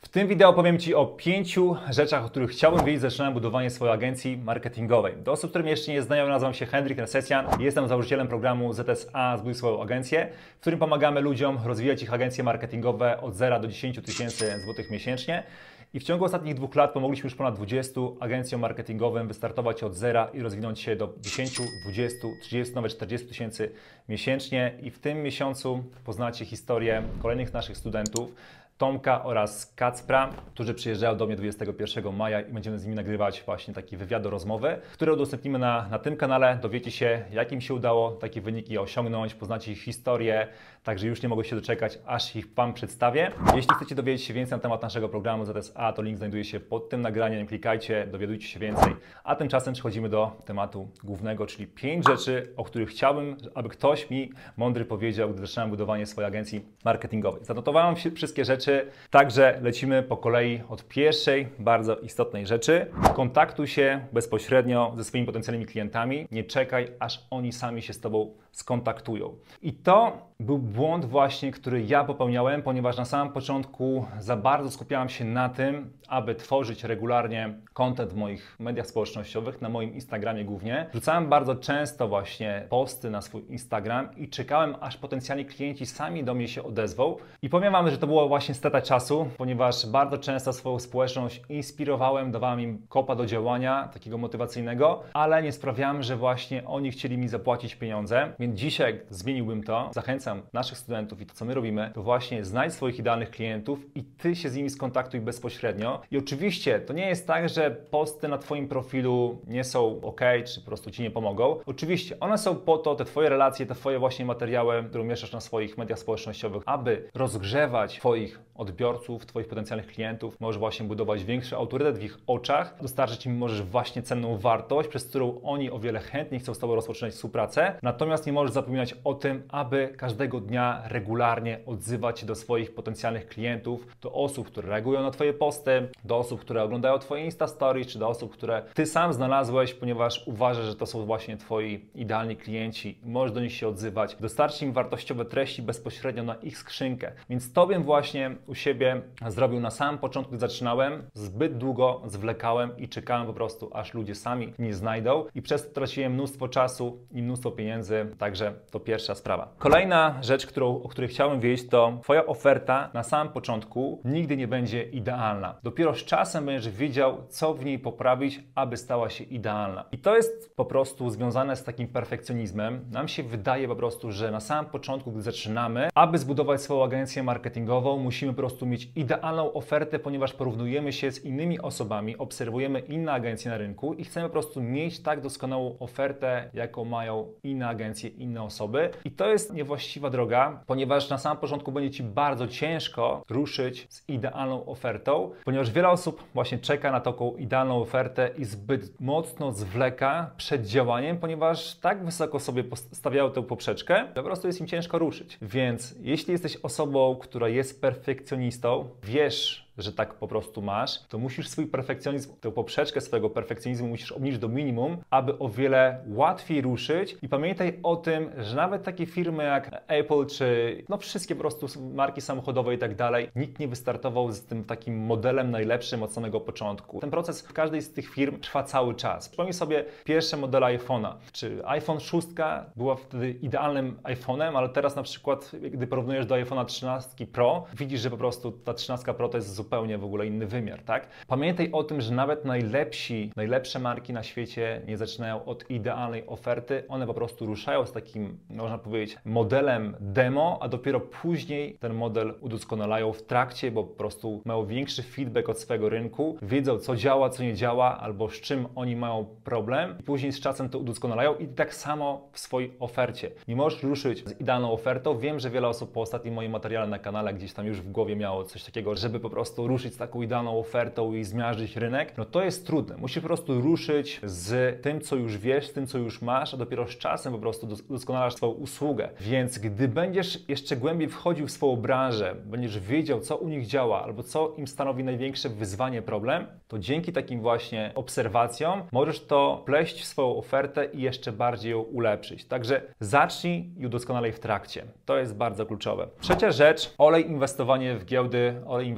tym wideo powiem Ci o 5 rzeczach, o których chciałbym wiedzieć, zaczynając budowanie swojej agencji marketingowej. Do osób, którym jeszcze nie znają, nazywam się Henryk Nersesjan. Jestem założycielem programu ZSA Zbuduj swoją agencję, w którym pomagamy ludziom rozwijać ich agencje marketingowe od 0 do 10 tysięcy złotych miesięcznie. I w ciągu ostatnich 2 lat pomogliśmy już ponad 20 agencjom marketingowym wystartować od zera i rozwinąć się do 10, 20, 30, nawet 40 tysięcy miesięcznie. I w tym miesiącu poznacie historię kolejnych naszych studentów, Tomka oraz Kacpra, którzy przyjeżdżają do mnie 21 maja i będziemy z nimi nagrywać właśnie taki wywiad do rozmowy, które udostępnimy na tym kanale. Dowiecie się, jak im się udało takie wyniki osiągnąć, poznacie ich historię, także już nie mogę się doczekać, aż ich Wam przedstawię. Jeśli chcecie dowiedzieć się więcej na temat naszego programu ZSA, to link znajduje się pod tym nagraniem, klikajcie, dowiadujcie się więcej. A tymczasem przechodzimy do tematu głównego, czyli 5 rzeczy, o których chciałbym, aby ktoś mi mądry powiedział, gdy zaczynałem budowanie swojej agencji marketingowej. Zanotowałem wszystkie rzeczy, także lecimy po kolei od pierwszej, bardzo istotnej rzeczy. Kontaktuj się bezpośrednio ze swoimi potencjalnymi klientami. Nie czekaj, aż oni sami się z Tobą skontaktują. I to był błąd właśnie, który ja popełniałem, ponieważ na samym początku za bardzo skupiałem się na tym, aby tworzyć regularnie content w moich mediach społecznościowych, na moim Instagramie głównie. Wrzucałem bardzo często właśnie posty na swój Instagram i czekałem, aż potencjalni klienci sami do mnie się odezwą. I powiem Wam, że to była właśnie strata czasu, ponieważ bardzo często swoją społeczność inspirowałem, dawałem im kopa do działania, takiego motywacyjnego, ale nie sprawiałem, że właśnie oni chcieli mi zapłacić pieniądze. Więc dzisiaj, jak zmieniłbym to, zachęcam naszych studentów i to, co my robimy, to właśnie znajdź swoich idealnych klientów i Ty się z nimi skontaktuj bezpośrednio. I oczywiście to nie jest tak, że posty na Twoim profilu nie są ok, czy po prostu Ci nie pomogą. Oczywiście one są po to, te Twoje relacje, te Twoje właśnie materiały, które umieszczasz na swoich mediach społecznościowych, aby rozgrzewać Twoich odbiorców, Twoich potencjalnych klientów. Możesz właśnie budować większy autorytet w ich oczach, dostarczyć im możesz właśnie cenną wartość, przez którą oni o wiele chętniej chcą z Tobą rozpoczynać współpracę. Natomiast nie możesz zapominać o tym, aby każdego dnia regularnie odzywać się do swoich potencjalnych klientów, do osób, które reagują na Twoje posty, do osób, które oglądają Twoje Insta Stories, czy do osób, które Ty sam znalazłeś, ponieważ uważasz, że to są właśnie Twoi idealni klienci. Możesz do nich się odzywać, dostarczyć im wartościowe treści bezpośrednio na ich skrzynkę. Więc to bym właśnie u siebie zrobił na samym początku, gdy zaczynałem. Zbyt długo zwlekałem i czekałem po prostu, aż ludzie sami mnie znajdą i przez to traciłem mnóstwo czasu i mnóstwo pieniędzy, także to pierwsza sprawa. Kolejna rzecz, o której chciałbym wiedzieć, to Twoja oferta na samym początku nigdy nie będzie idealna. Dopiero z czasem będziesz wiedział, co w niej poprawić, aby stała się idealna. I to jest po prostu związane z takim perfekcjonizmem. Nam się wydaje po prostu, że na samym początku, gdy zaczynamy, aby zbudować swoją agencję marketingową, musimy po prostu mieć idealną ofertę, ponieważ porównujemy się z innymi osobami, obserwujemy inne agencje na rynku i chcemy po prostu mieć tak doskonałą ofertę, jaką mają inne agencje, inne osoby. I to jest niewłaściwa droga, ponieważ na samym początku będzie Ci bardzo ciężko ruszyć z idealną ofertą, ponieważ wiele osób właśnie czeka na taką idealną ofertę i zbyt mocno zwleka przed działaniem, ponieważ tak wysoko sobie stawiają tę poprzeczkę, że po prostu jest im ciężko ruszyć. Więc jeśli jesteś osobą, która jest perfekcjonistą, wiesz, że tak po prostu masz, to musisz swój perfekcjonizm, tę poprzeczkę swojego perfekcjonizmu musisz obniżyć do minimum, aby o wiele łatwiej ruszyć. I pamiętaj o tym, że nawet takie firmy jak Apple, czy wszystkie po prostu marki samochodowe i tak dalej, nikt nie wystartował z tym takim modelem najlepszym od samego początku. Ten proces w każdej z tych firm trwa cały czas. Przypomnij sobie pierwsze modele iPhone'a. Czy iPhone 6 była wtedy idealnym iPhone'em, ale teraz na przykład, gdy porównujesz do iPhone'a 13 Pro, widzisz, że po prostu ta 13 Pro to jest zupełnie w ogóle inny wymiar, tak? Pamiętaj o tym, że nawet najlepsze marki na świecie nie zaczynają od idealnej oferty, one po prostu ruszają z takim, można powiedzieć, modelem demo, a dopiero później ten model udoskonalają w trakcie, bo po prostu mają większy feedback od swojego rynku, wiedzą, co działa, co nie działa, albo z czym oni mają problem i później z czasem to udoskonalają i tak samo w swojej ofercie. Nie możesz ruszyć z idealną ofertą. Wiem, że wiele osób po ostatnim moim materiale na kanale gdzieś tam już w głowie miało coś takiego, żeby po prostu ruszyć z taką idealną ofertą i zmiażdżyć rynek. No to jest trudne. Musisz po prostu ruszyć z tym, co już wiesz, z tym, co już masz, a dopiero z czasem po prostu doskonalasz swoją usługę. Więc gdy będziesz jeszcze głębiej wchodził w swoją branżę, będziesz wiedział, co u nich działa albo co im stanowi największe wyzwanie, problem, to dzięki takim właśnie obserwacjom możesz to pleść w swoją ofertę i jeszcze bardziej ją ulepszyć. Także zacznij i udoskonalej w trakcie. To jest bardzo kluczowe. Trzecia rzecz, olej inwestowanie w giełdy, olej inwestowanie w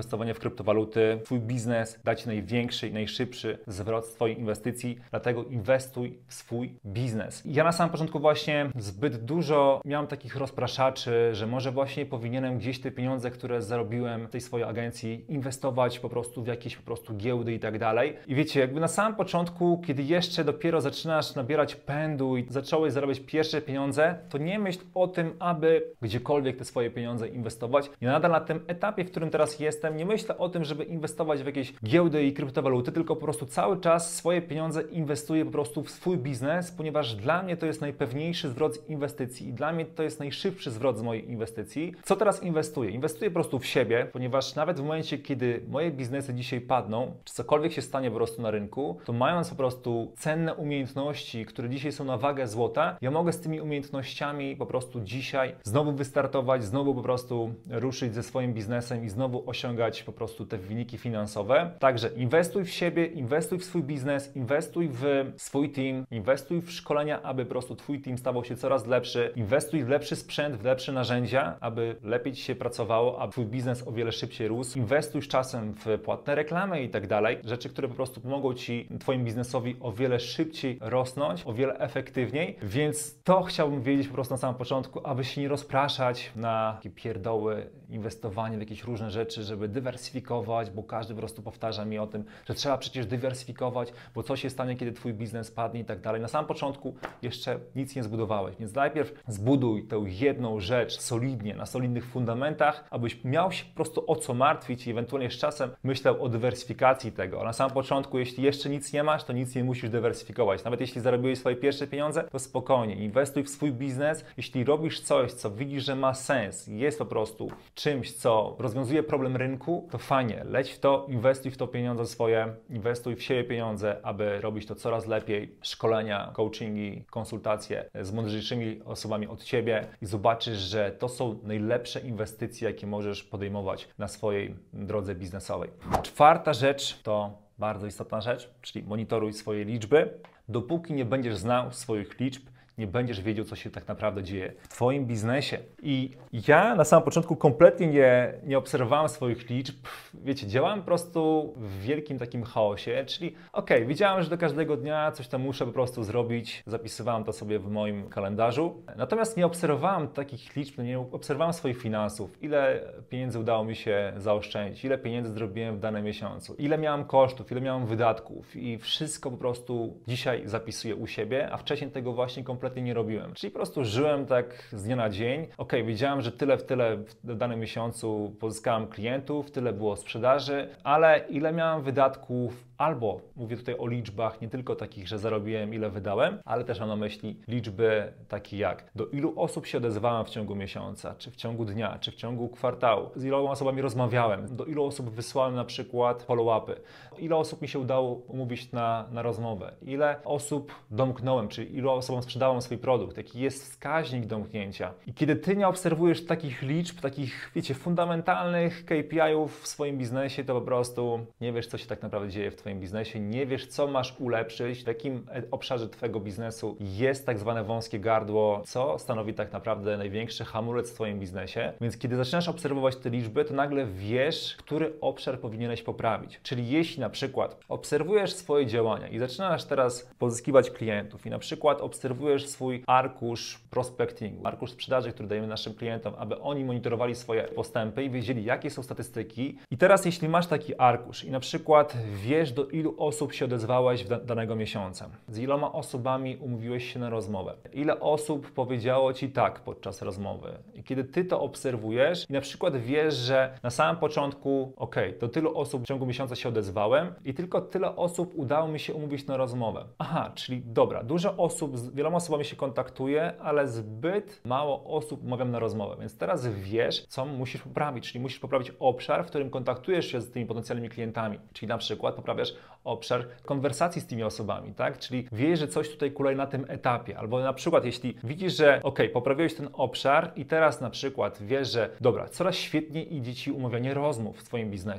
kryptowaluty, Twój biznes da Ci największy i najszybszy zwrot z Twojej inwestycji, dlatego inwestuj w swój biznes. Ja na samym początku właśnie zbyt dużo miałem takich rozpraszaczy, że może właśnie powinienem gdzieś te pieniądze, które zarobiłem w tej swojej agencji, inwestować po prostu w jakieś po prostu giełdy i tak dalej. I wiecie, jakby na samym początku, kiedy jeszcze dopiero zaczynasz nabierać pędu i zacząłeś zarabiać pierwsze pieniądze, to nie myśl o tym, aby gdziekolwiek te swoje pieniądze inwestować. I nadal na tym etapie, w którym teraz jestem, nie myślę o tym, żeby inwestować w jakieś giełdy i kryptowaluty, tylko po prostu cały czas swoje pieniądze inwestuję po prostu w swój biznes, ponieważ dla mnie to jest najpewniejszy zwrot z inwestycji i dla mnie to jest najszybszy zwrot z mojej inwestycji. Co teraz inwestuję? Inwestuję po prostu w siebie, ponieważ nawet w momencie, kiedy moje biznesy dzisiaj padną, czy cokolwiek się stanie po prostu na rynku, to mając po prostu cenne umiejętności, które dzisiaj są na wagę złota, ja mogę z tymi umiejętnościami po prostu dzisiaj znowu wystartować, znowu po prostu ruszyć ze swoim biznesem i znowu osiągać po prostu te wyniki finansowe. Także inwestuj w siebie, inwestuj w swój biznes, inwestuj w swój team, inwestuj w szkolenia, aby po prostu Twój team stawał się coraz lepszy, inwestuj w lepszy sprzęt, w lepsze narzędzia, aby lepiej Ci się pracowało, aby Twój biznes o wiele szybciej rósł. Inwestuj z czasem w płatne reklamy i tak dalej. Rzeczy, które po prostu pomogą Ci, Twoim biznesowi o wiele szybciej rosnąć, o wiele efektywniej. Więc to chciałbym wiedzieć po prostu na samym początku, aby się nie rozpraszać na takie pierdoły, inwestowanie w jakieś różne rzeczy, żeby dywersyfikować, bo każdy po prostu powtarza mi o tym, że trzeba przecież dywersyfikować, bo co się stanie, kiedy Twój biznes padnie i tak dalej. Na samym początku jeszcze nic nie zbudowałeś, więc najpierw zbuduj tę jedną rzecz solidnie, na solidnych fundamentach, abyś miał się po prostu o co martwić i ewentualnie z czasem myślał o dywersyfikacji tego. A na samym początku, jeśli jeszcze nic nie masz, to nic nie musisz dywersyfikować. Nawet jeśli zarobiłeś swoje pierwsze pieniądze, to spokojnie, inwestuj w swój biznes. Jeśli robisz coś, co widzisz, że ma sens, jest po prostu czymś, co rozwiązuje problem rynku, to fajnie, leć w to, inwestuj w to pieniądze swoje, inwestuj w siebie pieniądze, aby robić to coraz lepiej. Szkolenia, coachingi, konsultacje z mądrzejszymi osobami od Ciebie i zobaczysz, że to są najlepsze inwestycje, jakie możesz podejmować na swojej drodze biznesowej. Czwarta rzecz to bardzo istotna rzecz, czyli monitoruj swoje liczby. Dopóki nie będziesz znał swoich liczb, nie będziesz wiedział, co się tak naprawdę dzieje w Twoim biznesie. I ja na samym początku kompletnie nie obserwowałem swoich liczb. Wiecie, działałem po prostu w wielkim takim chaosie, czyli wiedziałem, że do każdego dnia coś tam muszę po prostu zrobić. Zapisywałem to sobie w moim kalendarzu. Natomiast nie obserwowałem takich liczb, nie obserwowałem swoich finansów. Ile pieniędzy udało mi się zaoszczędzić, ile pieniędzy zrobiłem w danym miesiącu, ile miałem kosztów, ile miałem wydatków i wszystko po prostu dzisiaj zapisuję u siebie, a wcześniej tego właśnie kompletnie nie robiłem. Czyli po prostu żyłem tak z dnia na dzień. Wiedziałem, że tyle w danym miesiącu pozyskałem klientów, tyle było sprzedaży, ale ile miałem wydatków, albo mówię tutaj o liczbach nie tylko takich, że zarobiłem, ile wydałem, ale też mam na myśli liczby takie jak do ilu osób się odezwałem w ciągu miesiąca, czy w ciągu dnia, czy w ciągu kwartału, z iloma osobami rozmawiałem, do ilu osób wysłałem na przykład follow-upy, ile osób mi się udało umówić na rozmowę, ile osób domknąłem, czyli ilu osobom sprzedałem swój produkt, jaki jest wskaźnik domknięcia. I kiedy Ty nie obserwujesz takich liczb, takich, wiecie, fundamentalnych KPI-ów w swoim biznesie, to po prostu nie wiesz, co się tak naprawdę dzieje w Twoim biznesie, nie wiesz, co masz ulepszyć, w jakim obszarze Twojego biznesu jest tak zwane wąskie gardło, co stanowi tak naprawdę największy hamulec w Twoim biznesie. Więc kiedy zaczynasz obserwować te liczby, to nagle wiesz, który obszar powinieneś poprawić. Czyli jeśli na przykład obserwujesz swoje działania i zaczynasz teraz pozyskiwać klientów i na przykład obserwujesz swój arkusz prospectingu, arkusz sprzedaży, który dajemy naszym klientom, aby oni monitorowali swoje postępy i wiedzieli, jakie są statystyki. I teraz jeśli masz taki arkusz i na przykład wiesz, do ilu osób się odezwałeś danego miesiąca, z iloma osobami umówiłeś się na rozmowę, ile osób powiedziało Ci tak podczas rozmowy. I kiedy Ty to obserwujesz i na przykład wiesz, że na samym początku, do tylu osób w ciągu miesiąca się odezwałem i tylko tyle osób udało mi się umówić na rozmowę. Aha, czyli dobra, dużo osób, z wieloma osobami się kontaktuje, ale zbyt mało osób umawiam na rozmowę, więc teraz wiesz, co musisz poprawić, czyli musisz poprawić obszar, w którym kontaktujesz się z tymi potencjalnymi klientami, czyli na przykład poprawiasz obszar konwersacji z tymi osobami, tak? Czyli wiesz, że coś tutaj kulej na tym etapie, albo na przykład jeśli widzisz, że poprawiłeś ten obszar i teraz na przykład wiesz, że dobra, coraz świetniej idzie Ci umawianie rozmów w Twoim biznesie.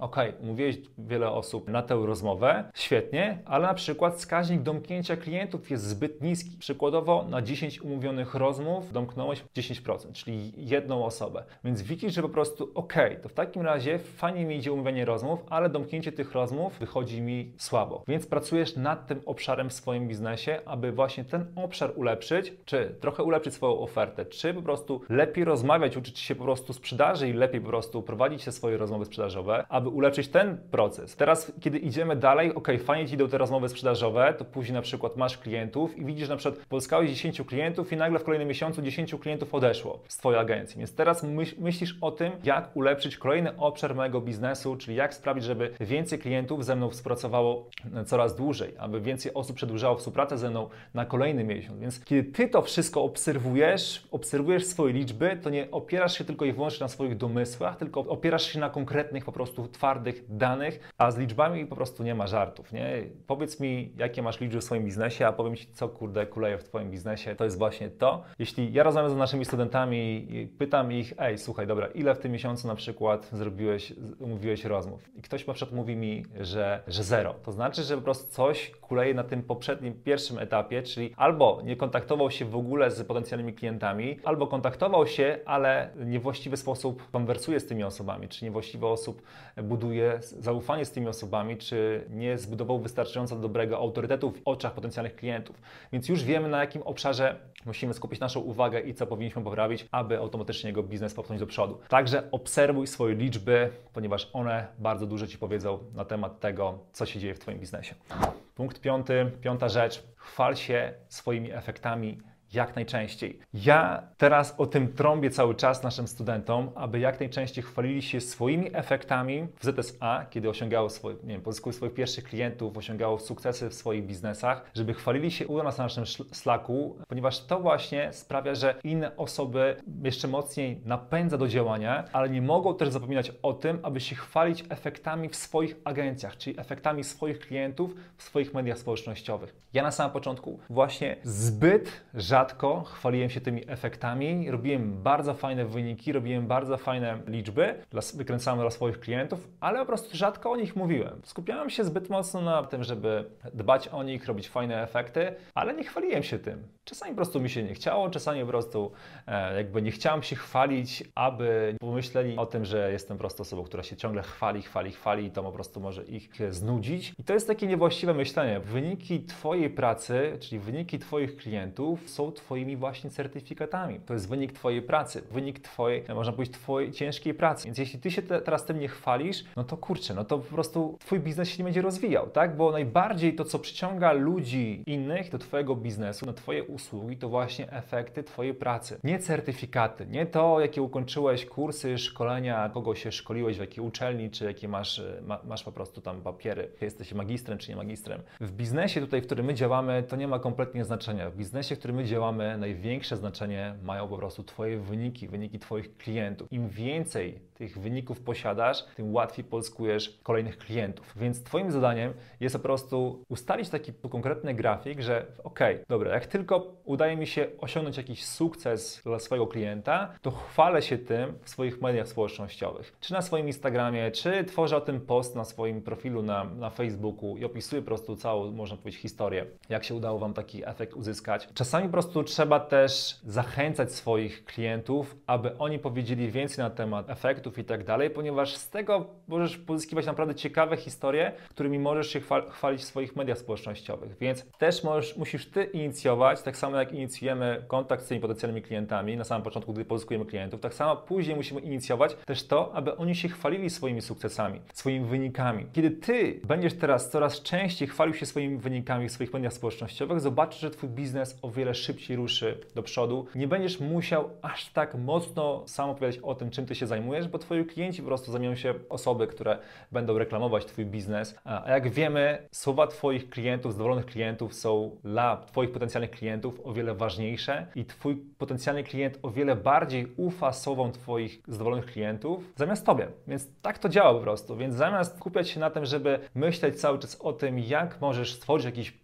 Okej, umówiłeś wiele osób na tę rozmowę, świetnie, ale na przykład wskaźnik domknięcia klientów jest zbyt niski. Przykładowo na 10 umówionych rozmów domknąłeś 10%, czyli jedną osobę. Więc widzisz, że po prostu to w takim razie fajnie mi idzie umówienie rozmów, ale domknięcie tych rozmów wychodzi mi słabo. Więc pracujesz nad tym obszarem w swoim biznesie, aby właśnie ten obszar ulepszyć, czy trochę ulepszyć swoją ofertę, czy po prostu lepiej rozmawiać, uczyć się po prostu sprzedaży i lepiej po prostu prowadzić te swoje rozmowy sprzedażowe, aby ulepszyć ten proces. Teraz, kiedy idziemy dalej, fajnie Ci idą te rozmowy sprzedażowe, to później na przykład masz klientów i widzisz na przykład pozyskałeś 10 klientów i nagle w kolejnym miesiącu 10 klientów odeszło z Twojej agencji. Więc teraz myślisz o tym, jak ulepszyć kolejny obszar mojego biznesu, czyli jak sprawić, żeby więcej klientów ze mną współpracowało coraz dłużej, aby więcej osób przedłużało współpracę ze mną na kolejny miesiąc. Więc kiedy Ty to wszystko obserwujesz swoje liczby, to nie opierasz się tylko i wyłącznie na swoich domysłach, tylko opierasz się na konkretnych, po prostu twardych danych, a z liczbami po prostu nie ma żartów, nie? Powiedz mi, jakie masz liczby w swoim biznesie, a powiem Ci, co kuleje w Twoim biznesie. To jest właśnie to. Jeśli ja rozmawiam z naszymi studentami i pytam ich, słuchaj, dobra, ile w tym miesiącu na przykład umówiłeś rozmów? I ktoś na przykład mówi mi, że 0. To znaczy, że po prostu coś kuleje na tym pierwszym etapie, czyli albo nie kontaktował się w ogóle z potencjalnymi klientami, albo kontaktował się, ale niewłaściwy sposób konwersuje z tymi osobami, czy niewłaściwy sposób buduje zaufanie z tymi osobami, czy nie zbudował wystarczająco dobrego autorytetu w oczach potencjalnych klientów. Więc już wiemy, na jakim obszarze musimy skupić naszą uwagę i co powinniśmy poprawić, aby automatycznie jego biznes popchnąć do przodu. Także obserwuj swoje liczby, ponieważ one bardzo dużo Ci powiedzą na temat tego, co się dzieje w Twoim biznesie. Punkt 5, piąta rzecz. Chwal się swoimi efektami jak najczęściej. Ja teraz o tym trąbię cały czas naszym studentom, aby jak najczęściej chwalili się swoimi efektami w ZSA, kiedy osiągało pozyskują swoich pierwszych klientów, osiągało sukcesy w swoich biznesach, żeby chwalili się u nas na naszym Slacku, ponieważ to właśnie sprawia, że inne osoby jeszcze mocniej napędza do działania, ale nie mogą też zapominać o tym, aby się chwalić efektami w swoich agencjach, czyli efektami swoich klientów w swoich mediach społecznościowych. Ja na samym początku właśnie zbyt rzadko chwaliłem się tymi efektami, robiłem bardzo fajne wyniki, robiłem bardzo fajne liczby, wykręcałem dla swoich klientów, ale po prostu rzadko o nich mówiłem. Skupiałem się zbyt mocno na tym, żeby dbać o nich, robić fajne efekty, ale nie chwaliłem się tym. Czasami po prostu mi się nie chciało, czasami po prostu nie chciałem się chwalić, aby pomyśleli o tym, że jestem po prostu osobą, która się ciągle chwali i to po prostu może ich znudzić. I to jest takie niewłaściwe myślenie. Wyniki Twojej pracy, czyli wyniki Twoich klientów są Twoimi właśnie certyfikatami. To jest wynik Twojej pracy, wynik można powiedzieć, Twojej ciężkiej pracy. Więc jeśli Ty się teraz tym nie chwalisz, no to to po prostu Twój biznes się nie będzie rozwijał, tak? Bo najbardziej to, co przyciąga ludzi innych do Twojego biznesu, na Twoje usługi, to właśnie efekty Twojej pracy. Nie certyfikaty, nie to, jakie ukończyłeś kursy, szkolenia, kogo się szkoliłeś, w jakiej uczelni, czy jakie masz po prostu tam papiery, jesteś magistrem, czy nie magistrem. W biznesie tutaj, w którym my działamy, to nie ma kompletnie znaczenia. W biznesie, w którym my działamy, największe znaczenie mają po prostu Twoje wyniki Twoich klientów. Im więcej tych wyników posiadasz, tym łatwiej pozyskujesz kolejnych klientów. Więc Twoim zadaniem jest po prostu ustalić taki konkretny grafik, że dobra, jak tylko udaje mi się osiągnąć jakiś sukces dla swojego klienta, to chwalę się tym w swoich mediach społecznościowych. Czy na swoim Instagramie, czy tworzę o tym post na swoim profilu na Facebooku i opisuję po prostu całą, można powiedzieć, historię, jak się udało Wam taki efekt uzyskać. Czasami po prostu trzeba też zachęcać swoich klientów, aby oni powiedzieli więcej na temat efektów i tak dalej, ponieważ z tego możesz pozyskiwać naprawdę ciekawe historie, którymi możesz się chwalić w swoich mediach społecznościowych. Więc też musisz Ty inicjować, tak samo jak inicjujemy kontakt z tymi potencjalnymi klientami na samym początku, gdy pozyskujemy klientów, tak samo później musimy inicjować też to, aby oni się chwalili swoimi sukcesami, swoimi wynikami. Kiedy Ty będziesz teraz coraz częściej chwalił się swoimi wynikami w swoich mediach społecznościowych, zobaczysz, że Twój biznes o wiele szybciej ruszy do przodu. Nie będziesz musiał aż tak mocno sam opowiadać o tym, czym Ty się zajmujesz, bo Twoi klienci po prostu zamienią się osoby, które będą reklamować Twój biznes. A jak wiemy, słowa Twoich klientów, zadowolonych klientów są dla Twoich potencjalnych klientów o wiele ważniejsze i Twój potencjalny klient o wiele bardziej ufa słowom Twoich zadowolonych klientów zamiast Tobie. Więc tak to działa po prostu. Więc zamiast skupiać się na tym, żeby myśleć cały czas o tym, jak możesz stworzyć jakiś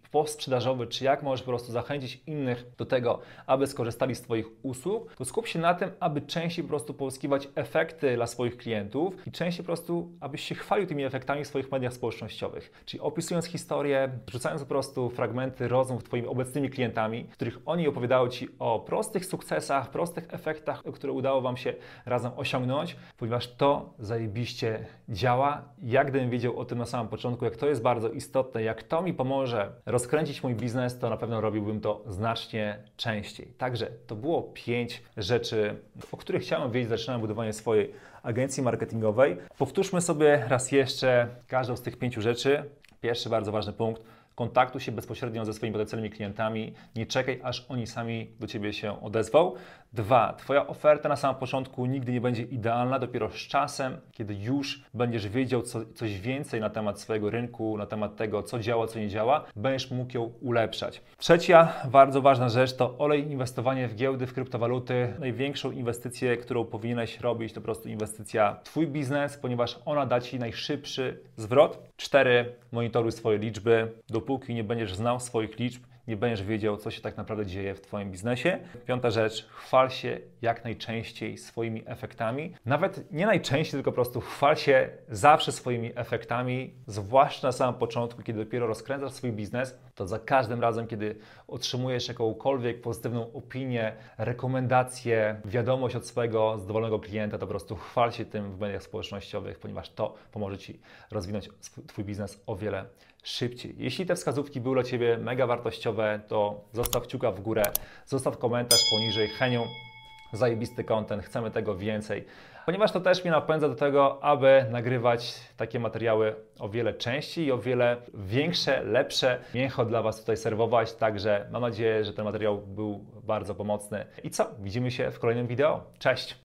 postsprzedażowy, czy jak możesz po prostu zachęcić innych do tego, aby skorzystali z Twoich usług, to skup się na tym, aby częściej po prostu pozyskiwać efekty dla swoich klientów i częściej po prostu, abyś się chwalił tymi efektami w swoich mediach społecznościowych. Czyli opisując historię, wrzucając po prostu fragmenty rozmów z Twoimi obecnymi klientami, w których oni opowiadają Ci o prostych sukcesach, prostych efektach, które udało Wam się razem osiągnąć, ponieważ to zajebiście działa. Ja gdybym wiedział o tym na samym początku, jak to jest bardzo istotne, jak to mi pomoże rozkręcić mój biznes, to na pewno robiłbym to znacznie częściej. Także to było 5 rzeczy, o których chciałem wiedzieć, zaczynając budowanie swojej agencji marketingowej. Powtórzmy sobie raz jeszcze każdą z tych 5 rzeczy. Pierwszy bardzo ważny punkt. Kontaktuj się bezpośrednio ze swoimi potencjalnymi klientami. Nie czekaj, aż oni sami do Ciebie się odezwą. 2. Twoja oferta na samym początku nigdy nie będzie idealna. Dopiero z czasem, kiedy już będziesz wiedział coś więcej na temat swojego rynku, na temat tego, co działa, co nie działa, będziesz mógł ją ulepszać. 3. bardzo ważna rzecz to olej inwestowanie w giełdy, w kryptowaluty. Największą inwestycję, którą powinieneś robić, to po prostu inwestycja w Twój biznes, ponieważ ona da Ci najszybszy zwrot. 4. Monitoruj swoje liczby. Dopóki nie będziesz znał swoich liczb, nie będziesz wiedział, co się tak naprawdę dzieje w Twoim biznesie. 5. rzecz, chwal się jak najczęściej swoimi efektami. Nawet nie najczęściej, tylko po prostu chwal się zawsze swoimi efektami, zwłaszcza na samym początku, kiedy dopiero rozkręcasz swój biznes, to za każdym razem, kiedy otrzymujesz jakąkolwiek pozytywną opinię, rekomendację, wiadomość od swojego zadowolonego klienta, to po prostu chwal się tym w mediach społecznościowych, ponieważ to pomoże Ci rozwinąć Twój biznes o wiele szybciej. Jeśli te wskazówki były dla Ciebie mega wartościowe, to zostaw kciuka w górę, zostaw komentarz poniżej. Heniu, zajebisty content, chcemy tego więcej, ponieważ to też mnie napędza do tego, aby nagrywać takie materiały o wiele częściej i o wiele większe, lepsze mięcho dla Was tutaj serwować. Także mam nadzieję, że ten materiał był bardzo pomocny. I co? Widzimy się w kolejnym wideo. Cześć!